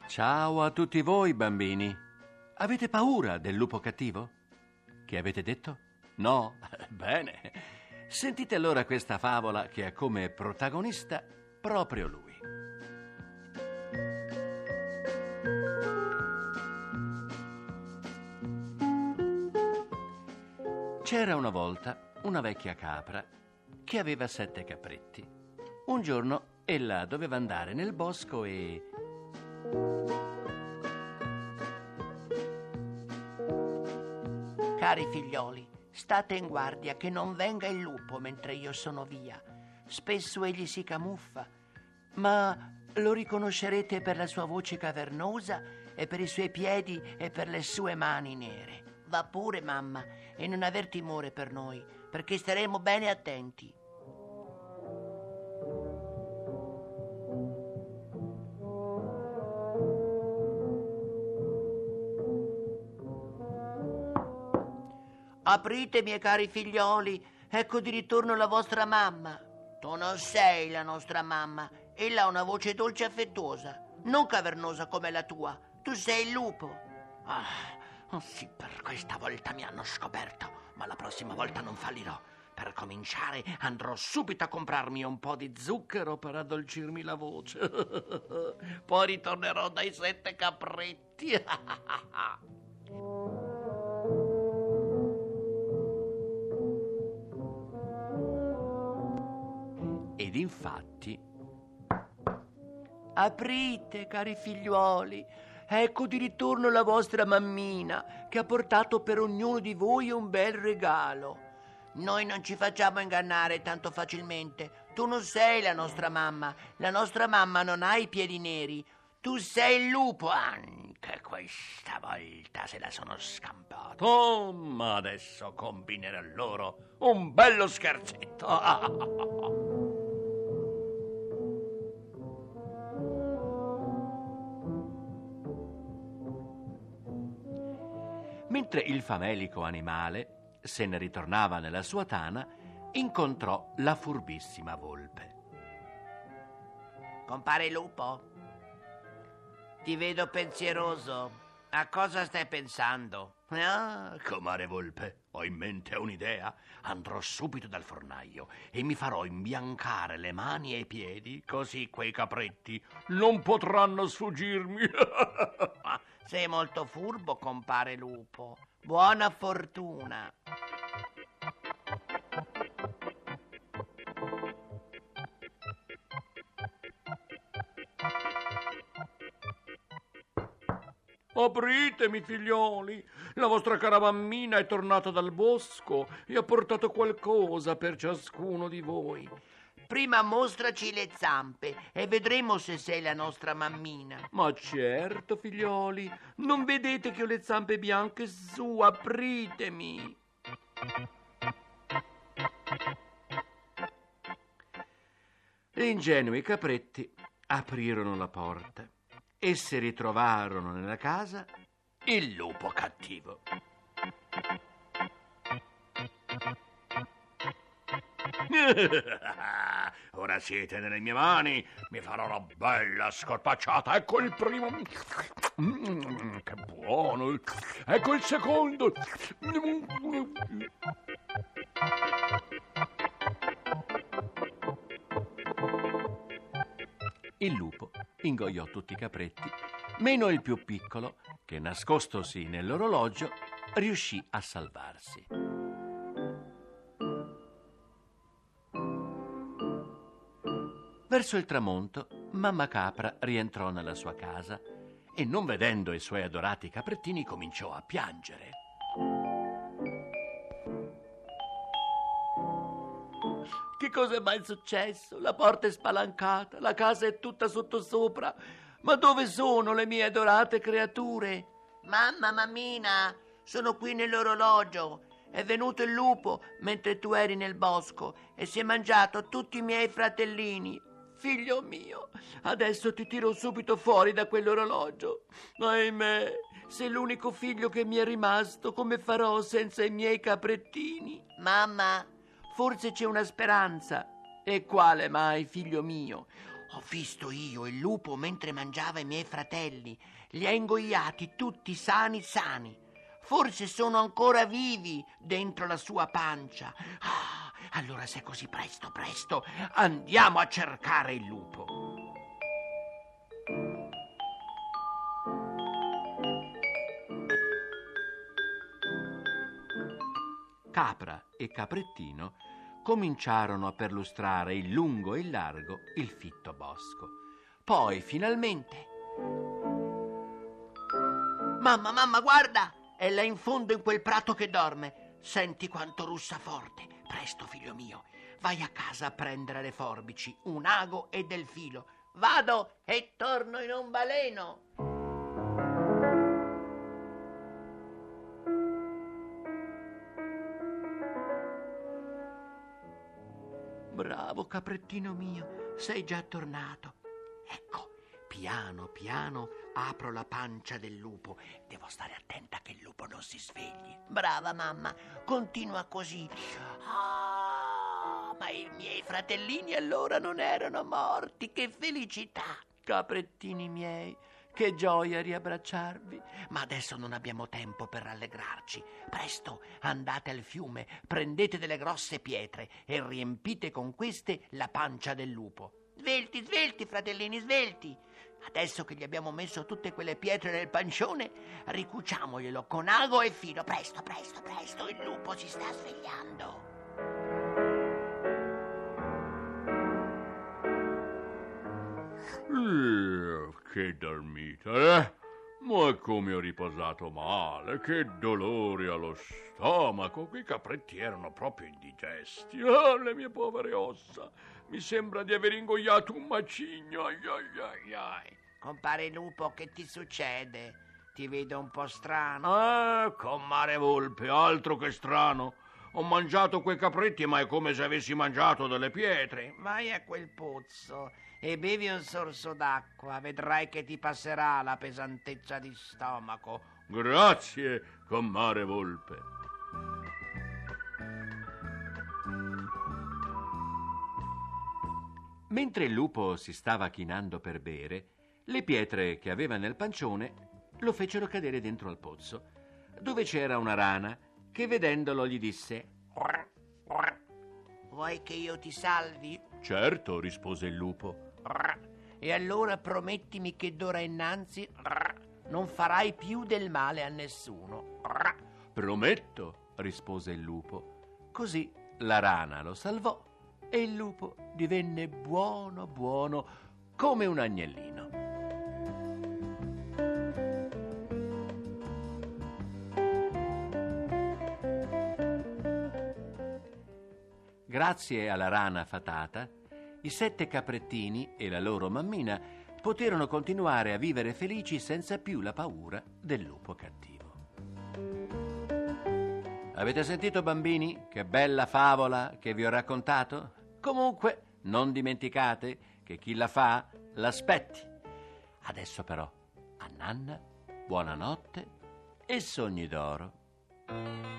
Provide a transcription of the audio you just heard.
Ciao a tutti voi, bambini. Avete paura del lupo cattivo? Che avete detto? No? Bene. Sentite allora questa favola che ha come protagonista proprio lui. C'era una volta una vecchia capra che aveva 7 capretti. Un giorno ella doveva andare nel bosco e... Cari figlioli, state in guardia che non venga il lupo mentre io sono via. Spesso egli si camuffa, ma lo riconoscerete per la sua voce cavernosa e per i suoi piedi e per le sue mani nere. Va pure, mamma, e non aver timore per noi, perché staremo bene attenti. Aprite, miei cari figlioli, ecco di ritorno la vostra mamma. Tu non sei la nostra mamma, ella ha una voce dolce e affettuosa, non cavernosa come la tua. Tu sei il lupo. Sì, per questa volta mi hanno scoperto, ma la prossima volta non fallirò. Per cominciare andrò subito a comprarmi un po' di zucchero per addolcirmi la voce. Poi ritornerò dai 7 capretti. Ed infatti... Aprite, cari figliuoli, ecco di ritorno la vostra mammina, che ha portato per ognuno di voi un bel regalo. Noi non ci facciamo ingannare tanto facilmente. Tu non sei la nostra mamma non ha i piedi neri. Tu sei il lupo. Anche questa volta se la sono scampato. Oh, ma adesso combinerò loro un bello scherzetto. Mentre il famelico animale se ne ritornava nella sua tana, incontrò la furbissima volpe. Compare Lupo, ti vedo pensieroso. A cosa stai pensando? Comare volpe, ho in mente un'idea. Andrò subito dal fornaio e mi farò imbiancare le mani e i piedi, così quei capretti non potranno sfuggirmi. Sei molto furbo, compare Lupo. Buona fortuna. Apritemi, figlioli, la vostra cara mammina è tornata dal bosco e ha portato qualcosa per ciascuno di voi. Prima mostraci le zampe e vedremo se sei la nostra mammina. Ma certo, figlioli, non vedete che ho le zampe bianche? Su, apritemi. Gli ingenui capretti aprirono la porta e si ritrovarono nella casa il lupo cattivo. Ora siete nelle mie mani, mi farò una bella scorpacciata. Ecco il primo. Che buono. Ecco il secondo. Il lupo ingoiò tutti i capretti, meno il più piccolo, che nascostosi nell'orologio riuscì a salvarsi. Verso il tramonto, mamma capra rientrò nella sua casa e, non vedendo i suoi adorati caprettini, cominciò a piangere. Che cosa è mai successo? La porta è spalancata, la casa è tutta sottosopra. Ma dove sono le mie adorate creature? Mamma, mammina, sono qui nell'orologio. È venuto il lupo mentre tu eri nel bosco e si è mangiato tutti i miei fratellini. Figlio mio, adesso ti tiro subito fuori da quell'orologio. Ahimè, sei l'unico figlio che mi è rimasto. Come farò senza i miei caprettini? Mamma, forse c'è una speranza. E quale mai, figlio mio? Ho visto io il lupo mentre mangiava i miei fratelli. Li ha ingoiati tutti sani sani. Forse sono ancora vivi dentro la sua pancia. Ah, allora se è così presto, andiamo a cercare il lupo. Capra e Caprettino cominciarono a perlustrare in lungo e in largo il fitto bosco. Poi, finalmente... Mamma, guarda! È là in fondo in quel prato che dorme. Senti quanto russa forte. Presto, figlio mio, vai a casa a prendere le forbici, un ago e del filo. Vado e torno in un baleno. Bravo, Caprettino mio, sei già tornato. Ecco, piano piano apro la pancia del lupo. Devo stare attenta che il lupo non si svegli. Brava mamma, continua così. Ah, ma i miei fratellini allora non erano morti. Che felicità! Caprettini miei, che gioia riabbracciarvi. Ma adesso non abbiamo tempo per rallegrarci. Presto, andate al fiume, prendete delle grosse pietre e riempite con queste la pancia del lupo. Svelti, fratellini, svelti. Adesso che gli abbiamo messo tutte quelle pietre nel pancione, ricuciamoglielo con ago e filo. Presto, il lupo si sta svegliando. Che dormita, eh? Ma come ho riposato male, che dolori allo stomaco, quei capretti erano proprio indigesti. Ah, le mie povere ossa, mi sembra di aver ingoiato un macigno, ai. Compare Lupo, che ti succede? Ti vedo un po' strano. Comare Volpe, altro che strano. Ho mangiato quei capretti, ma è come se avessi mangiato delle pietre. Vai a quel pozzo e bevi un sorso d'acqua, vedrai che ti passerà la pesantezza di stomaco. Grazie, comare Volpe. Mentre il lupo si stava chinando per bere, le pietre che aveva nel pancione lo fecero cadere dentro al pozzo, dove c'era una rana che vedendolo gli disse: Vuoi che io ti salvi? Certo, rispose il lupo. E allora promettimi che d'ora innanzi non farai più del male a nessuno. Prometto, rispose il lupo. Così la rana lo salvò e il lupo divenne buono come un agnellino. Grazie alla rana fatata, i 7 caprettini e la loro mammina poterono continuare a vivere felici senza più la paura del lupo cattivo. Avete sentito, bambini, che bella favola che vi ho raccontato? Comunque, non dimenticate che chi la fa l'aspetti. Adesso però, a nanna, buonanotte e sogni d'oro.